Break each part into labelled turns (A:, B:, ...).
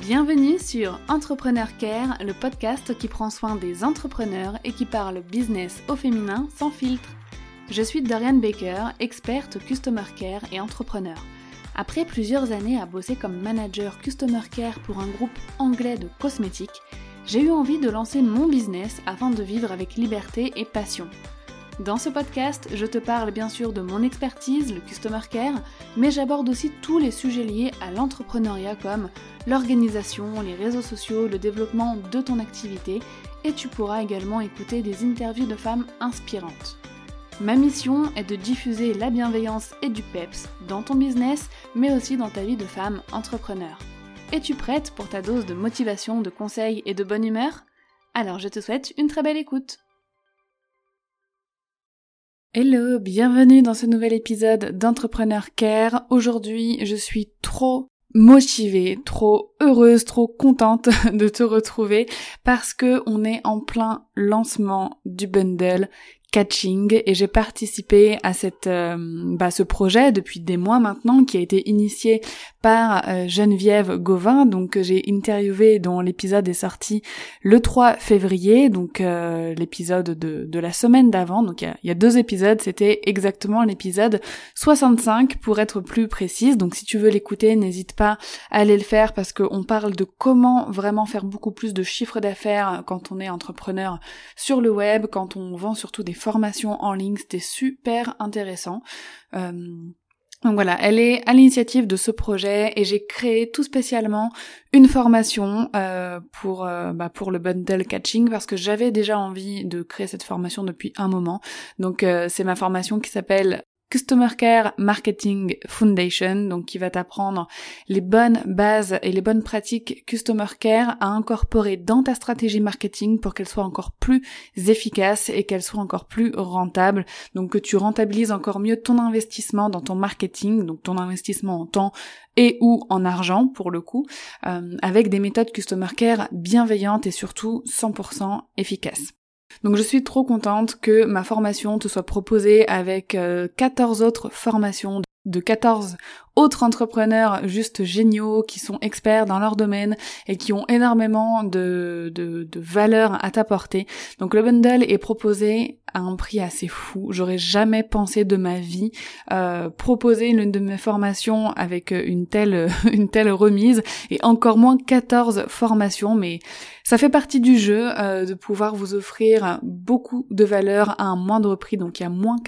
A: Bienvenue sur Entrepreneur Care, le podcast qui prend soin des entrepreneurs et qui parle business au féminin sans filtre. Je suis Dorian Baker, experte Customer Care et entrepreneur. Après plusieurs années à bosser comme manager Customer Care pour un groupe anglais de cosmétiques, j'ai eu envie de lancer mon business afin de vivre avec liberté et passion. Dans ce podcast, je te parle bien sûr de mon expertise, le Customer Care, mais j'aborde aussi tous les sujets liés à l'entrepreneuriat comme l'organisation, les réseaux sociaux, le développement de ton activité, et tu pourras également écouter des interviews de femmes inspirantes. Ma mission est de diffuser la bienveillance et du peps dans ton business, mais aussi dans ta vie de femme entrepreneur. Es-tu prête pour ta dose de motivation, de conseils et de bonne humeur ? Alors je te souhaite une très belle écoute. Hello, bienvenue dans ce nouvel épisode d'Entrepreneur Care. Aujourd'hui, je suis trop motivée, trop heureuse, trop contente de te retrouver parce que on est en plein lancement du bundle Catching et j'ai participé à ce projet depuis des mois maintenant qui a été initié par Geneviève Gauvin, donc j'ai interviewé dont l'épisode est sorti le 3 février, donc l'épisode de la semaine d'avant, donc il y a 2 épisodes, c'était exactement l'épisode 65 pour être plus précise, donc si tu veux l'écouter, n'hésite pas à aller le faire parce qu'on parle de comment vraiment faire beaucoup plus de chiffre d'affaires quand on est entrepreneur sur le web, quand on vend surtout des formations en ligne, c'était super intéressant. Donc voilà, elle est à l'initiative de ce projet et j'ai créé tout spécialement une formation pour le bundle Catching parce que j'avais déjà envie de créer cette formation depuis un moment. Donc c'est ma formation qui s'appelle Customer Care Marketing Foundation, donc qui va t'apprendre les bonnes bases et les bonnes pratiques Customer Care à incorporer dans ta stratégie marketing pour qu'elle soit encore plus efficace et qu'elle soit encore plus rentable. Donc que tu rentabilises encore mieux ton investissement dans ton marketing, donc ton investissement en temps et ou en argent pour le coup, avec des méthodes Customer Care bienveillantes et surtout 100% efficaces. Donc je suis trop contente que ma formation te soit proposée avec 14 autres formations de 14 autres entrepreneurs juste géniaux qui sont experts dans leur domaine et qui ont énormément de valeur à t'apporter. Donc le bundle est proposé à un prix assez fou. J'aurais jamais pensé de ma vie proposer l'une de mes formations avec une telle remise et encore moins 14 formations, mais ça fait partie du jeu de pouvoir vous offrir beaucoup de valeur à un moindre prix. Donc il y a moins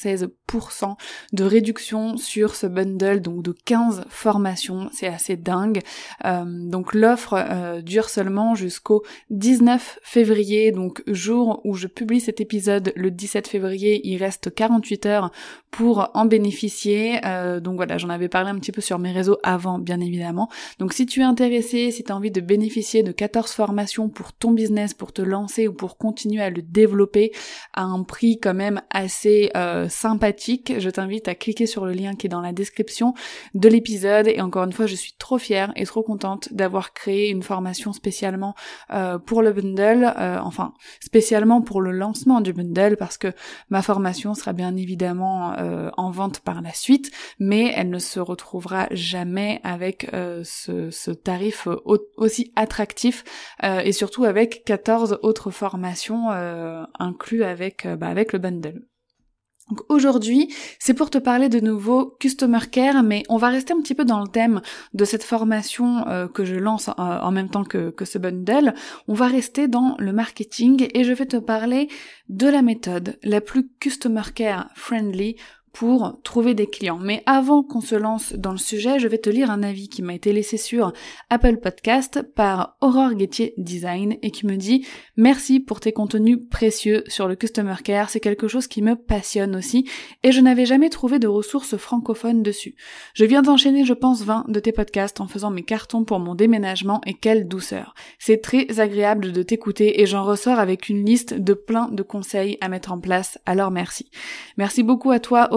A: 96% de réduction sur ce bundle, donc de 15 formations, c'est assez dingue. Donc l'offre dure seulement jusqu'au 19 février, donc jour où je publie cet épisode, le 17 février, il reste 48 heures pour en bénéficier. Donc voilà, j'en avais parlé un petit peu sur mes réseaux avant, bien évidemment. Donc si tu es intéressé, si tu as envie de bénéficier de 14 formations pour ton business, pour te lancer ou pour continuer à le développer à un prix quand même assez sympathique, je t'invite à cliquer sur le lien qui est dans la description de l'épisode. Et encore une fois, je suis trop fière et trop contente d'avoir créé une formation spécialement pour le bundle, spécialement pour le lancement du bundle, parce que ma formation sera bien évidemment en vente par la suite, mais elle ne se retrouvera jamais avec ce tarif aussi attractif et surtout avec 14 autres formations inclus avec le bundle. Donc aujourd'hui, c'est pour te parler de nouveau Customer Care, mais on va rester un petit peu dans le thème de cette formation que je lance en même temps que ce bundle. On va rester dans le marketing et je vais te parler de la méthode la plus Customer Care friendly pour trouver des clients. Mais avant qu'on se lance dans le sujet, je vais te lire un avis qui m'a été laissé sur Apple Podcast par Aurore Guettier Design et qui me dit « Merci pour tes contenus précieux sur le Customer Care, c'est quelque chose qui me passionne aussi et je n'avais jamais trouvé de ressources francophones dessus. Je viens d'enchaîner, je pense, 20 de tes podcasts en faisant mes cartons pour mon déménagement et quelle douceur. C'est très agréable de t'écouter et j'en ressors avec une liste de plein de conseils à mettre en place, alors merci. » Merci beaucoup à toi,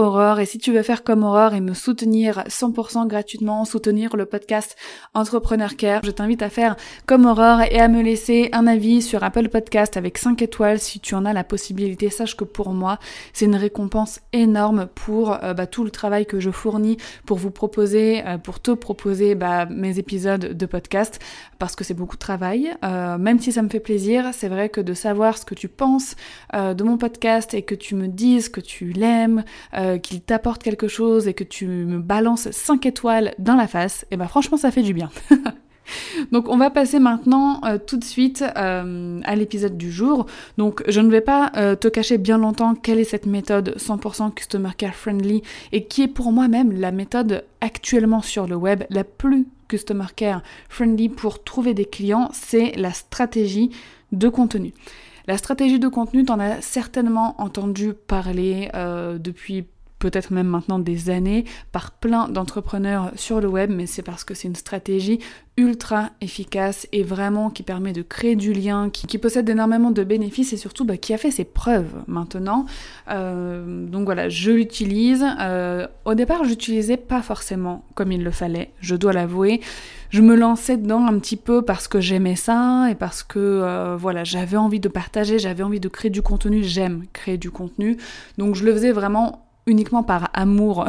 A: Aurore, et si tu veux faire comme Aurore et me soutenir 100% gratuitement, soutenir le podcast Entrepreneur Care, je t'invite à faire comme Aurore et à me laisser un avis sur Apple Podcast avec 5 étoiles si tu en as la possibilité. Sache que pour moi, c'est une récompense énorme pour tout le travail que je fournis pour vous proposer, pour te proposer mes épisodes de podcast, parce que c'est beaucoup de travail. Même si ça me fait plaisir, c'est vrai que de savoir ce que tu penses de mon podcast et que tu me dises que tu l'aimes, qu'il t'apporte quelque chose et que tu me balances 5 étoiles dans la face, et franchement ça fait du bien. Donc on va passer maintenant tout de suite à l'épisode du jour. Donc je ne vais pas te cacher bien longtemps quelle est cette méthode 100% Customer Care Friendly et qui est pour moi même la méthode actuellement sur le web la plus Customer Care Friendly pour trouver des clients, c'est la stratégie de contenu. La stratégie de contenu, t'en as certainement entendu parler depuis peut-être même maintenant des années, par plein d'entrepreneurs sur le web, mais c'est parce que c'est une stratégie ultra efficace et vraiment qui permet de créer du lien, qui possède énormément de bénéfices et surtout qui a fait ses preuves maintenant. Donc voilà, je l'utilise. Au départ, j'utilisais pas forcément comme il le fallait, je dois l'avouer. Je me lançais dedans un petit peu parce que j'aimais ça et parce que j'avais envie de partager, j'avais envie de créer du contenu, j'aime créer du contenu. Donc je le faisais vraiment uniquement par amour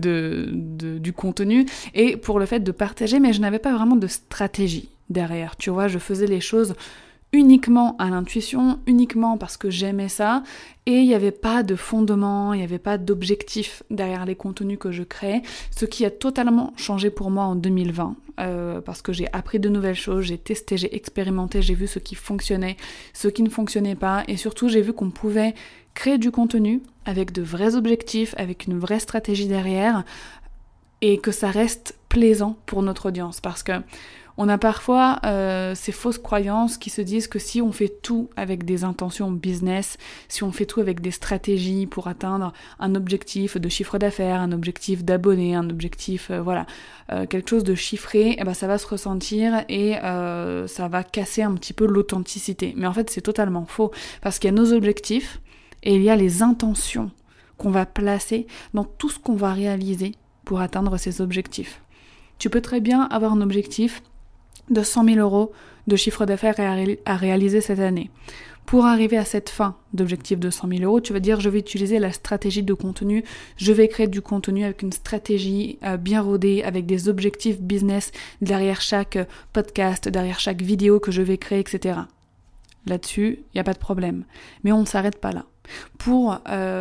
A: du contenu et pour le fait de partager, mais je n'avais pas vraiment de stratégie derrière. Tu vois, je faisais les choses uniquement à l'intuition, uniquement parce que j'aimais ça, et il n'y avait pas de fondement, il n'y avait pas d'objectif derrière les contenus que je créais, ce qui a totalement changé pour moi en 2020, parce que j'ai appris de nouvelles choses, j'ai testé, j'ai expérimenté, j'ai vu ce qui fonctionnait, ce qui ne fonctionnait pas, et surtout j'ai vu qu'on pouvait créer du contenu avec de vrais objectifs, avec une vraie stratégie derrière, et que ça reste plaisant pour notre audience, parce que on a parfois ces fausses croyances qui se disent que si on fait tout avec des intentions business, si on fait tout avec des stratégies pour atteindre un objectif de chiffre d'affaires, un objectif d'abonnés, un objectif, quelque chose de chiffré, ça va se ressentir et ça va casser un petit peu l'authenticité. Mais en fait, c'est totalement faux, parce qu'il y a nos objectifs et il y a les intentions qu'on va placer dans tout ce qu'on va réaliser pour atteindre ces objectifs. Tu peux très bien avoir un objectif de 100 000 euros de chiffre d'affaires à réaliser cette année. Pour arriver à cette fin d'objectif de 100 000 euros, tu vas dire je vais utiliser la stratégie de contenu, je vais créer du contenu avec une stratégie bien rodée, avec des objectifs business derrière chaque podcast, derrière chaque vidéo que je vais créer, etc. Là-dessus, il n'y a pas de problème. Mais on ne s'arrête pas là. Pour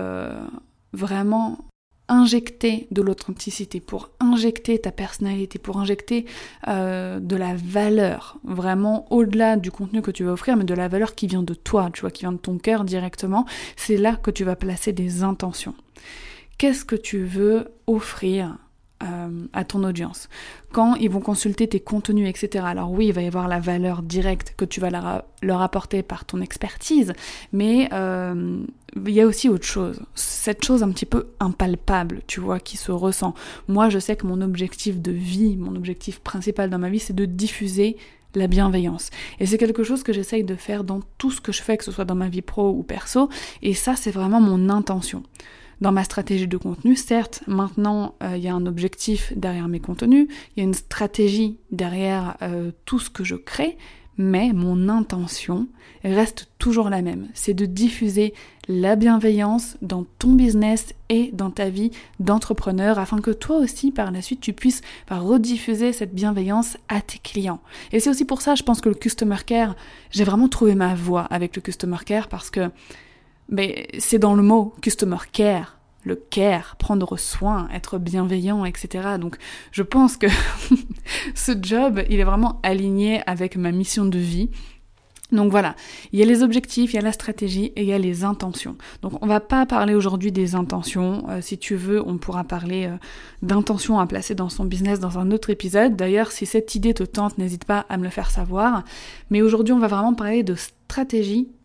A: vraiment injecter de l'authenticité, pour injecter ta personnalité, pour injecter de la valeur, vraiment au-delà du contenu que tu vas offrir, mais de la valeur qui vient de toi, tu vois, qui vient de ton cœur directement, c'est là que tu vas placer des intentions. Qu'est-ce que tu veux offrir à ton audience quand ils vont consulter tes contenus, etc. Alors oui, il va y avoir la valeur directe que tu vas leur apporter par ton expertise, mais il y a aussi autre chose, cette chose un petit peu impalpable, tu vois, qui se ressent. Moi, je sais que mon objectif de vie, mon objectif principal dans ma vie, c'est de diffuser la bienveillance. Et c'est quelque chose que j'essaye de faire dans tout ce que je fais, que ce soit dans ma vie pro ou perso, et ça, c'est vraiment mon intention. Dans ma stratégie de contenu, certes, maintenant, il y a un objectif derrière mes contenus, il y a une stratégie derrière tout ce que je crée, mais mon intention reste toujours la même. C'est de diffuser la bienveillance dans ton business et dans ta vie d'entrepreneur, afin que toi aussi, par la suite, tu puisses rediffuser cette bienveillance à tes clients. Et c'est aussi pour ça, je pense que le Customer Care, j'ai vraiment trouvé ma voie avec le Customer Care, parce que c'est dans le mot Customer Care, le care, prendre soin, être bienveillant, etc. Donc je pense que ce job, il est vraiment aligné avec ma mission de vie. Donc voilà, il y a les objectifs, il y a la stratégie et il y a les intentions. Donc on va pas parler aujourd'hui des intentions. Si tu veux, on pourra parler d'intentions à placer dans son business dans un autre épisode. D'ailleurs, si cette idée te tente, n'hésite pas à me le faire savoir. Mais aujourd'hui, on va vraiment parler de stratégie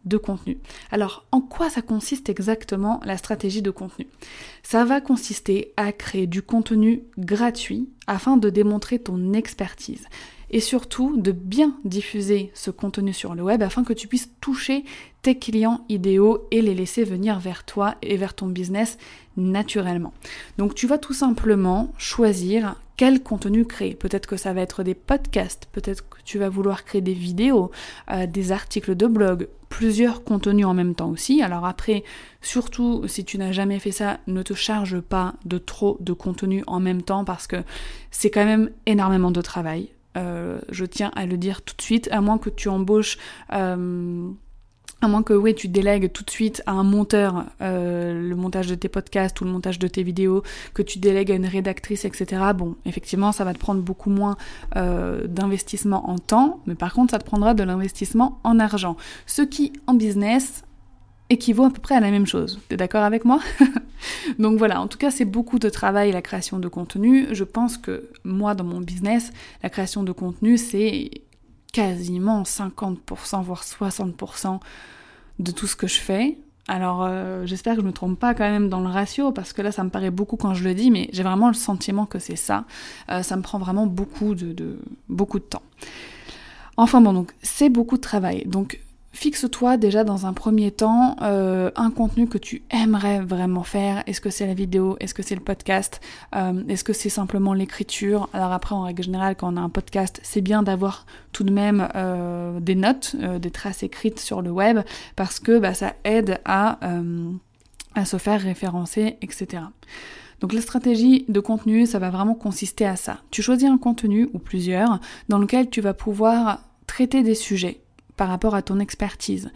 A: de contenu. Alors, en quoi ça consiste exactement la stratégie de contenu ? Ça va consister à créer du contenu gratuit afin de démontrer ton expertise. Et surtout de bien diffuser ce contenu sur le web afin que tu puisses toucher tes clients idéaux et les laisser venir vers toi et vers ton business naturellement. Donc tu vas tout simplement choisir quel contenu créer. Peut-être que ça va être des podcasts, peut-être que tu vas vouloir créer des vidéos, des articles de blog, plusieurs contenus en même temps aussi. Alors après, surtout si tu n'as jamais fait ça, ne te charge pas de trop de contenu en même temps parce que c'est quand même énormément de travail. Je tiens à le dire tout de suite, à moins que tu embauches, à moins que tu délègues tout de suite à un monteur le montage de tes podcasts ou le montage de tes vidéos, que tu délègues à une rédactrice, etc. Bon, effectivement, ça va te prendre beaucoup moins d'investissement en temps, mais par contre, ça te prendra de l'investissement en argent. Ce qui, en business, équivaut à peu près à la même chose. T'es d'accord avec moi ? Donc voilà, en tout cas, c'est beaucoup de travail, la création de contenu. Je pense que moi, dans mon business, la création de contenu, c'est quasiment 50%, voire 60% de tout ce que je fais. Alors, j'espère que je me trompe pas quand même dans le ratio, parce que là, ça me paraît beaucoup quand je le dis, mais j'ai vraiment le sentiment que c'est ça. Ça me prend vraiment beaucoup de temps. Enfin bon, donc, c'est beaucoup de travail. Donc, fixe-toi déjà dans un premier temps un contenu que tu aimerais vraiment faire. Est-ce que c'est la vidéo ? Est-ce que c'est le podcast ? Est-ce que c'est simplement l'écriture ? Alors après, en règle générale, quand on a un podcast, c'est bien d'avoir tout de même des notes, des traces écrites sur le web, parce que ça aide à se faire référencer, etc. Donc la stratégie de contenu, ça va vraiment consister à ça. Tu choisis un contenu, ou plusieurs, dans lequel tu vas pouvoir traiter des sujets par rapport à ton expertise.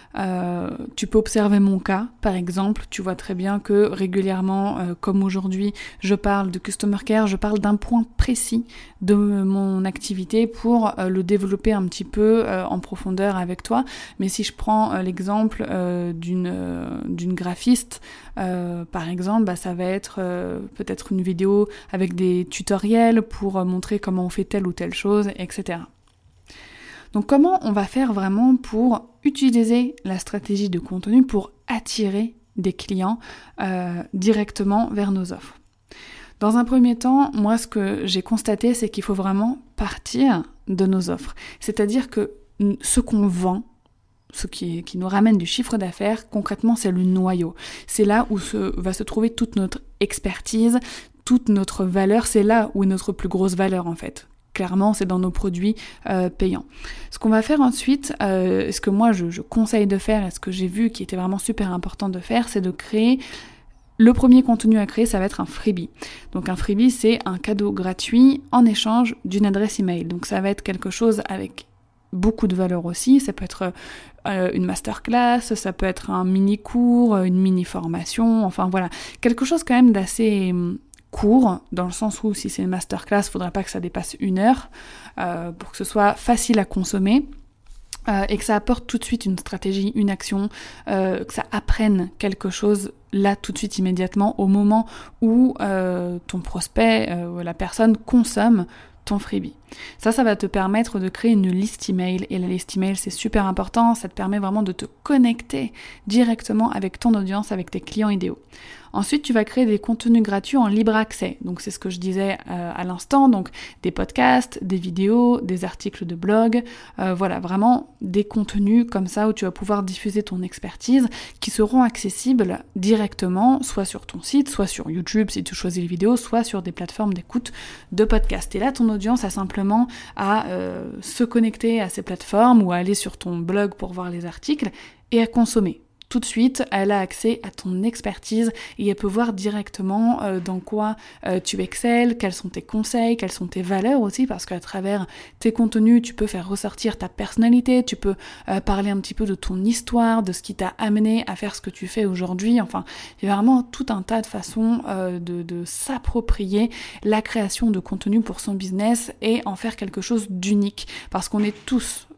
A: Tu peux observer mon cas, par exemple, tu vois très bien que régulièrement, comme aujourd'hui, je parle de Customer Care, je parle d'un point précis de mon activité pour le développer un petit peu en profondeur avec toi. Mais si je prends l'exemple d'une graphiste, par exemple, ça va être peut-être une vidéo avec des tutoriels pour montrer comment on fait telle ou telle chose, etc. Donc comment on va faire vraiment pour utiliser la stratégie de contenu pour attirer des clients directement vers nos offres ? Dans un premier temps, moi ce que j'ai constaté, c'est qu'il faut vraiment partir de nos offres. C'est-à-dire que ce qu'on vend, ce qui nous ramène du chiffre d'affaires, concrètement c'est le noyau. C'est là où va se trouver toute notre expertise, toute notre valeur, c'est là où est notre plus grosse valeur en fait. Clairement, c'est dans nos produits payants. Ce qu'on va faire ensuite, ce que moi je conseille de faire, et ce que j'ai vu qui était vraiment super important de faire, c'est de créer. Le premier contenu à créer, ça va être un freebie. Donc un freebie, c'est un cadeau gratuit en échange d'une adresse email. Donc ça va être quelque chose avec beaucoup de valeur aussi. Ça peut être une masterclass, ça peut être un mini-cours, une mini-formation, enfin voilà. Quelque chose quand même d'assez court, dans le sens où si c'est une masterclass, il ne faudrait pas que ça dépasse 1 heure pour que ce soit facile à consommer et que ça apporte tout de suite une stratégie, une action, que ça apprenne quelque chose là tout de suite immédiatement au moment où ton prospect, la personne consomme ton freebie. Ça va te permettre de créer une liste email, et la liste email c'est super important, ça te permet vraiment de te connecter directement avec ton audience, avec tes clients idéaux. Ensuite, tu vas créer des contenus gratuits en libre accès. Donc c'est ce que je disais à l'instant, donc des podcasts, des vidéos, des articles de blog, voilà, vraiment des contenus comme ça où tu vas pouvoir diffuser ton expertise qui seront accessibles directement, soit sur ton site, soit sur YouTube si tu choisis les vidéos, soit sur des plateformes d'écoute de podcasts. Et là, ton audience a simplement à se connecter à ces plateformes ou à aller sur ton blog pour voir les articles et à consommer. Tout de suite, elle a accès à ton expertise et elle peut voir directement dans quoi tu excelles, quels sont tes conseils, quelles sont tes valeurs aussi, parce qu'à travers tes contenus, tu peux faire ressortir ta personnalité, tu peux parler un petit peu de ton histoire, de ce qui t'a amené à faire ce que tu fais aujourd'hui. Enfin, il y a vraiment tout un tas de façons de s'approprier la création de contenu pour son business et en faire quelque chose d'unique, parce qu'on est tous,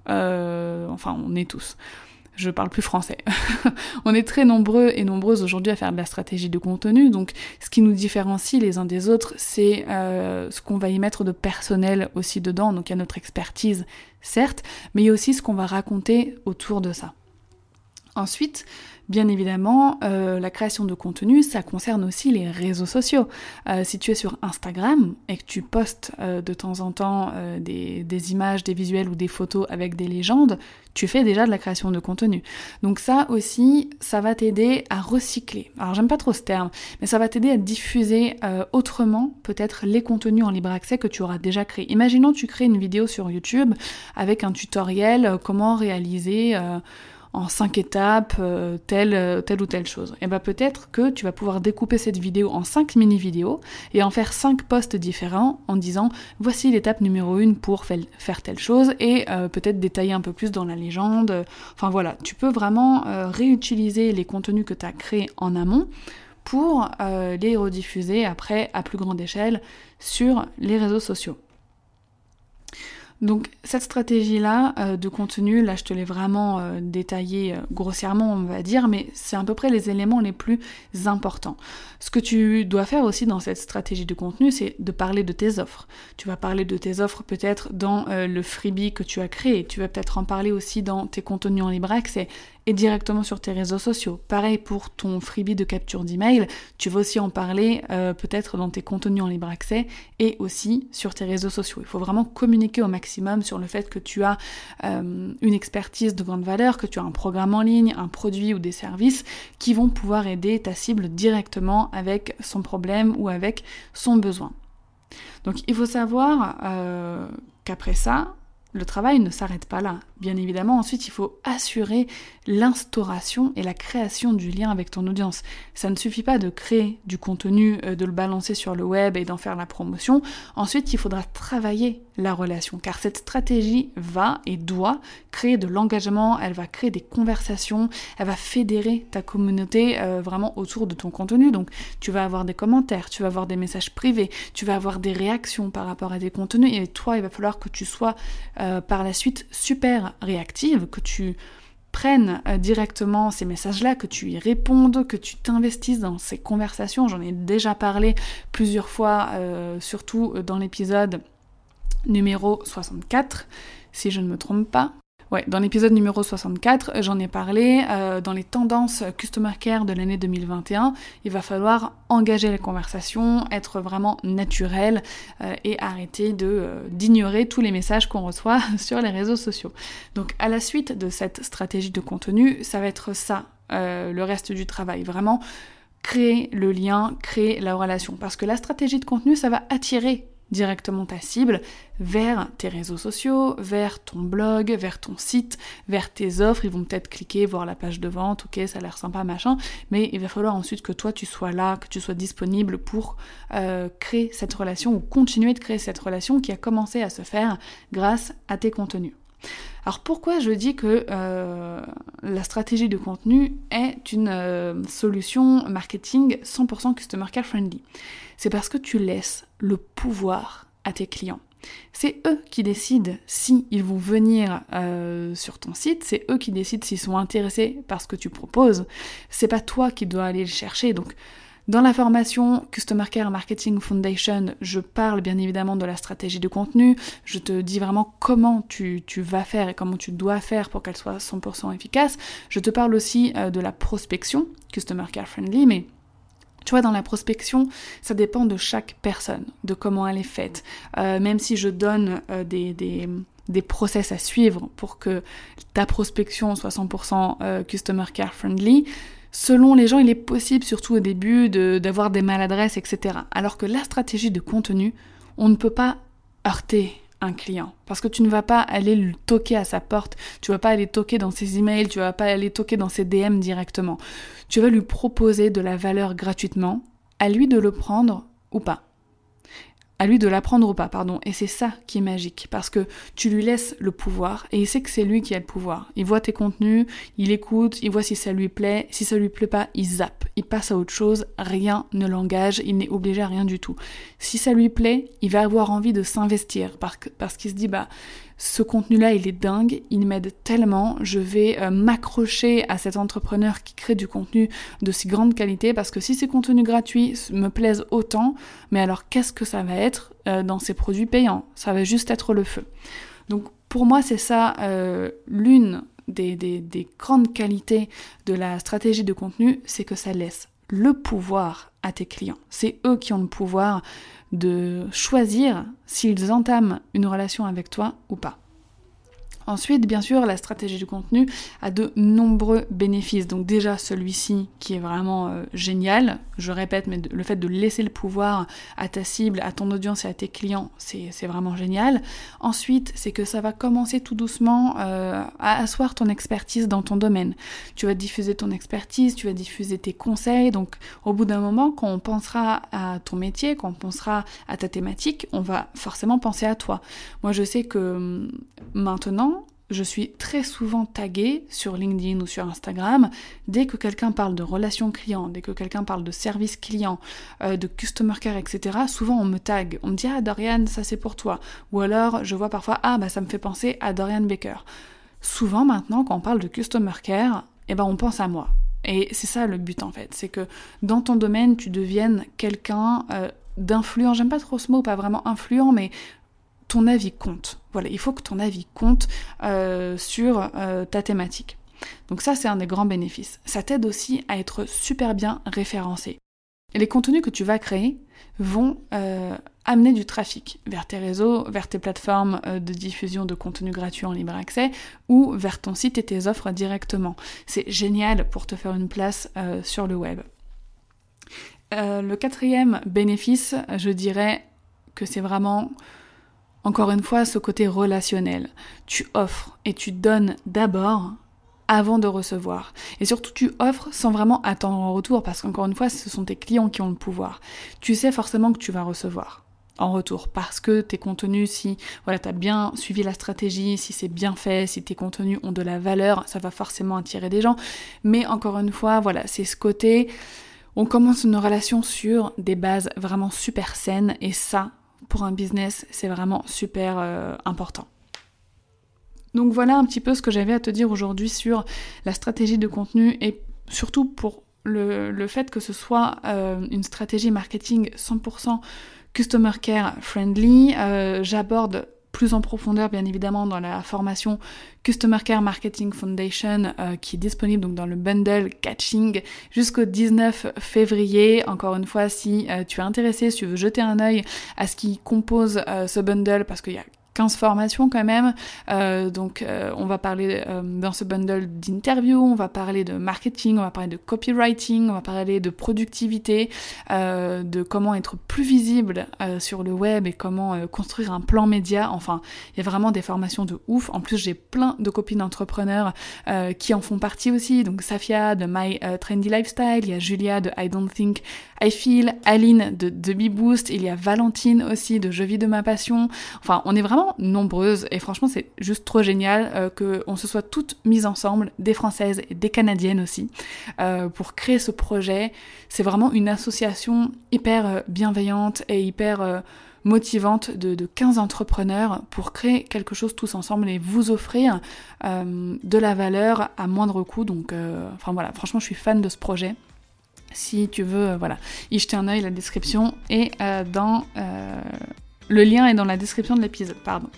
A: je parle plus français. On est très nombreux et nombreuses aujourd'hui à faire de la stratégie de contenu, donc ce qui nous différencie les uns des autres, c'est ce qu'on va y mettre de personnel aussi dedans, donc il y a notre expertise, certes, mais il y a aussi ce qu'on va raconter autour de ça. Ensuite, bien évidemment, la création de contenu, ça concerne aussi les réseaux sociaux. Si tu es sur Instagram et que tu postes de temps en temps des images, des visuels ou des photos avec des légendes, tu fais déjà de la création de contenu. Donc ça aussi, ça va t'aider à recycler. Alors j'aime pas trop ce terme, mais ça va t'aider à diffuser autrement peut-être les contenus en libre accès que tu auras déjà créés. Imaginons tu crées une vidéo sur YouTube avec un tutoriel comment réaliser en 5 étapes, telle ou telle chose. Et bien peut-être que tu vas pouvoir découper cette vidéo en 5 mini-vidéos et en faire 5 posts différents en disant voici l'étape numéro 1 pour faire telle chose et peut-être détailler un peu plus dans la légende. Enfin voilà, tu peux vraiment réutiliser les contenus que tu as créés en amont pour les rediffuser après à plus grande échelle sur les réseaux sociaux. Donc cette stratégie-là de contenu, là je te l'ai vraiment détaillée grossièrement on va dire, mais c'est à peu près les éléments les plus importants. Ce que tu dois faire aussi dans cette stratégie de contenu, c'est de parler de tes offres. Tu vas parler de tes offres peut-être dans le freebie que tu as créé, tu vas peut-être en parler aussi dans tes contenus en libre accès et directement sur tes réseaux sociaux. Pareil pour ton freebie de capture d'email, tu vas aussi en parler peut-être dans tes contenus en libre accès et aussi sur tes réseaux sociaux. Il faut vraiment communiquer au maximum sur le fait que tu as une expertise de grande valeur, que tu as un programme en ligne, un produit ou des services qui vont pouvoir aider ta cible directement avec son problème ou avec son besoin. Donc il faut savoir qu'après ça, le travail ne s'arrête pas là. Bien évidemment, ensuite, il faut assurer l'instauration et la création du lien avec ton audience. Ça ne suffit pas de créer du contenu, de le balancer sur le web et d'en faire la promotion. Ensuite, il faudra travailler la relation, car cette stratégie va et doit créer de l'engagement, elle va créer des conversations, elle va fédérer ta communauté vraiment autour de ton contenu. Donc, tu vas avoir des commentaires, tu vas avoir des messages privés, tu vas avoir des réactions par rapport à tes contenus, et toi, il va falloir que tu sois par la suite super réactive, que tu prennes directement ces messages-là, que tu y répondes, que tu t'investisses dans ces conversations. J'en ai déjà parlé plusieurs fois, surtout dans l'épisode numéro 64, si je ne me trompe pas. Ouais, dans l'épisode numéro 64, j'en ai parlé, dans les tendances Customer Care de l'année 2021, il va falloir engager les conversations, être vraiment naturel et arrêter d'ignorer tous les messages qu'on reçoit sur les réseaux sociaux. Donc à la suite de cette stratégie de contenu, ça va être ça, le reste du travail, vraiment créer le lien, créer la relation. Parce que la stratégie de contenu, ça va attirer directement ta cible vers tes réseaux sociaux, vers ton blog, vers ton site, vers tes offres. Ils vont peut-être cliquer, voir la page de vente, ok, ça a l'air sympa, machin, mais il va falloir ensuite que toi tu sois là, que tu sois disponible pour créer cette relation ou continuer de créer cette relation qui a commencé à se faire grâce à tes contenus. Alors pourquoi je dis que la stratégie de contenu est une solution marketing 100% Customer Care friendly? C'est parce que tu laisses le pouvoir à tes clients. C'est eux qui décident s'ils vont venir sur ton site, c'est eux qui décident s'ils sont intéressés par ce que tu proposes. C'est pas toi qui dois aller le chercher. Donc dans la formation Customer Care Marketing Foundation, je parle bien évidemment de la stratégie de contenu, je te dis vraiment comment tu vas faire et comment tu dois faire pour qu'elle soit 100% efficace. Je te parle aussi de la prospection Customer Care Friendly, mais tu vois, dans la prospection, ça dépend de chaque personne, de comment elle est faite. Même si je donne des process à suivre pour que ta prospection soit 100% Customer Care Friendly, selon les gens, il est possible, surtout au début, d'avoir des maladresses, etc. Alors que la stratégie de contenu, on ne peut pas heurter un client. Parce que tu ne vas pas aller le toquer à sa porte, tu vas pas aller toquer dans ses emails, tu vas pas aller toquer dans ses DM directement. Tu vas lui proposer de la valeur gratuitement, à lui de le prendre ou pas. À lui de la prendre ou pas, pardon. Et c'est ça qui est magique, parce que tu lui laisses le pouvoir, et il sait que c'est lui qui a le pouvoir. Il voit tes contenus, il écoute, il voit si ça lui plaît, si ça lui plaît pas, il zappe, il passe à autre chose, rien ne l'engage, il n'est obligé à rien du tout. Si ça lui plaît, il va avoir envie de s'investir, parce qu'il se dit, ce contenu-là, il est dingue, il m'aide tellement, je vais m'accrocher à cet entrepreneur qui crée du contenu de si grande qualité, parce que si ces contenus gratuits me plaisent autant, mais alors qu'est-ce que ça va être dans ces produits payants? Ça va juste être le feu. Donc pour moi, c'est ça l'une des grandes qualités de la stratégie de contenu, c'est que ça laisse le pouvoir à tes clients. C'est eux qui ont le pouvoir de choisir s'ils entament une relation avec toi ou pas. Ensuite, bien sûr, la stratégie du contenu a de nombreux bénéfices. Donc déjà, celui-ci qui est vraiment génial, je répète, mais le fait de laisser le pouvoir à ta cible, à ton audience et à tes clients, c'est vraiment génial. Ensuite, c'est que ça va commencer tout doucement à asseoir ton expertise dans ton domaine. Tu vas diffuser ton expertise, tu vas diffuser tes conseils. Donc au bout d'un moment, quand on pensera à ton métier, quand on pensera à ta thématique, on va forcément penser à toi. Moi, je sais que maintenant, je suis très souvent taguée sur LinkedIn ou sur Instagram dès que quelqu'un parle de relations clients, dès que quelqu'un parle de service client, de customer care, etc. Souvent on me tague, on me dit « Ah Dorian, ça c'est pour toi ». Ou alors je vois parfois « Ah bah ça me fait penser à Dorian Baker ». Souvent maintenant quand on parle de customer care, on pense à moi. Et c'est ça le but en fait, c'est que dans ton domaine tu deviennes quelqu'un d'influent. J'aime pas trop ce mot, pas vraiment influent, mais ton avis compte. Voilà, il faut que ton avis compte sur ta thématique. Donc ça, c'est un des grands bénéfices. Ça t'aide aussi à être super bien référencé. Et les contenus que tu vas créer vont amener du trafic vers tes réseaux, vers tes plateformes de diffusion de contenu gratuit en libre accès ou vers ton site et tes offres directement. C'est génial pour te faire une place sur le web. Le quatrième bénéfice, je dirais que c'est vraiment... Encore une fois, ce côté relationnel. Tu offres et tu donnes d'abord avant de recevoir. Et surtout, tu offres sans vraiment attendre en retour, parce qu'encore une fois, ce sont tes clients qui ont le pouvoir. Tu sais forcément que tu vas recevoir en retour, parce que tes contenus, si tu as bien suivi la stratégie, si c'est bien fait, si tes contenus ont de la valeur, ça va forcément attirer des gens. Mais encore une fois, c'est ce côté, on commence une relation sur des bases vraiment super saines, et ça, pour un business, c'est vraiment super important. Donc voilà un petit peu ce que j'avais à te dire aujourd'hui sur la stratégie de contenu et surtout pour le fait que ce soit une stratégie marketing 100% customer care friendly. J'aborde plus en profondeur bien évidemment dans la formation Customer Care Marketing Foundation qui est disponible donc dans le bundle Catching jusqu'au 19 février. Encore une fois, si tu es intéressé, si tu veux jeter un œil à ce qui compose ce bundle, parce qu'il y a 15 formations quand même, donc on va parler dans ce bundle d'interviews, on va parler de marketing, on va parler de copywriting, on va parler de productivité, de comment être plus visible sur le web et comment construire un plan média. Enfin, il y a vraiment des formations de ouf. En plus, j'ai plein de copines entrepreneurs qui en font partie aussi, donc Safia de My Trendy Lifestyle, il y a Julia de I Don't Think I Feel, Aline de Beboost, il y a Valentine aussi de Je vis de ma passion. Enfin, on est vraiment nombreuses et franchement c'est juste trop génial qu'on se soit toutes mises ensemble, des Françaises et des Canadiennes aussi, pour créer ce projet. C'est vraiment une association hyper bienveillante et hyper motivante de 15 entrepreneurs pour créer quelque chose tous ensemble et vous offrir de la valeur à moindre coût. Donc franchement je suis fan de ce projet. Si tu veux y jeter un œil, la description est dans... Le lien est dans la description de l'épisode, pardon.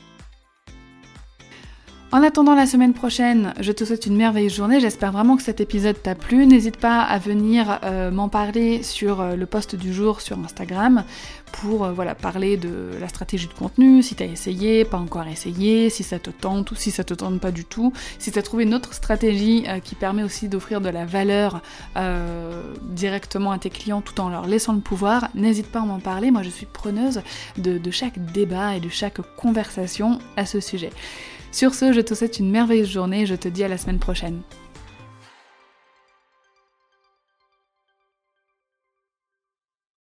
A: En attendant la semaine prochaine, je te souhaite une merveilleuse journée. J'espère vraiment que cet épisode t'a plu. N'hésite pas à venir m'en parler sur le post du jour sur Instagram pour parler de la stratégie de contenu, si t'as essayé, pas encore essayé, si ça te tente ou si ça te tente pas du tout, si t'as trouvé une autre stratégie qui permet aussi d'offrir de la valeur directement à tes clients tout en leur laissant le pouvoir. N'hésite pas à m'en parler. Moi, je suis preneuse de chaque débat et de chaque conversation à ce sujet. Sur ce, je te souhaite une merveilleuse journée et je te dis à la semaine prochaine.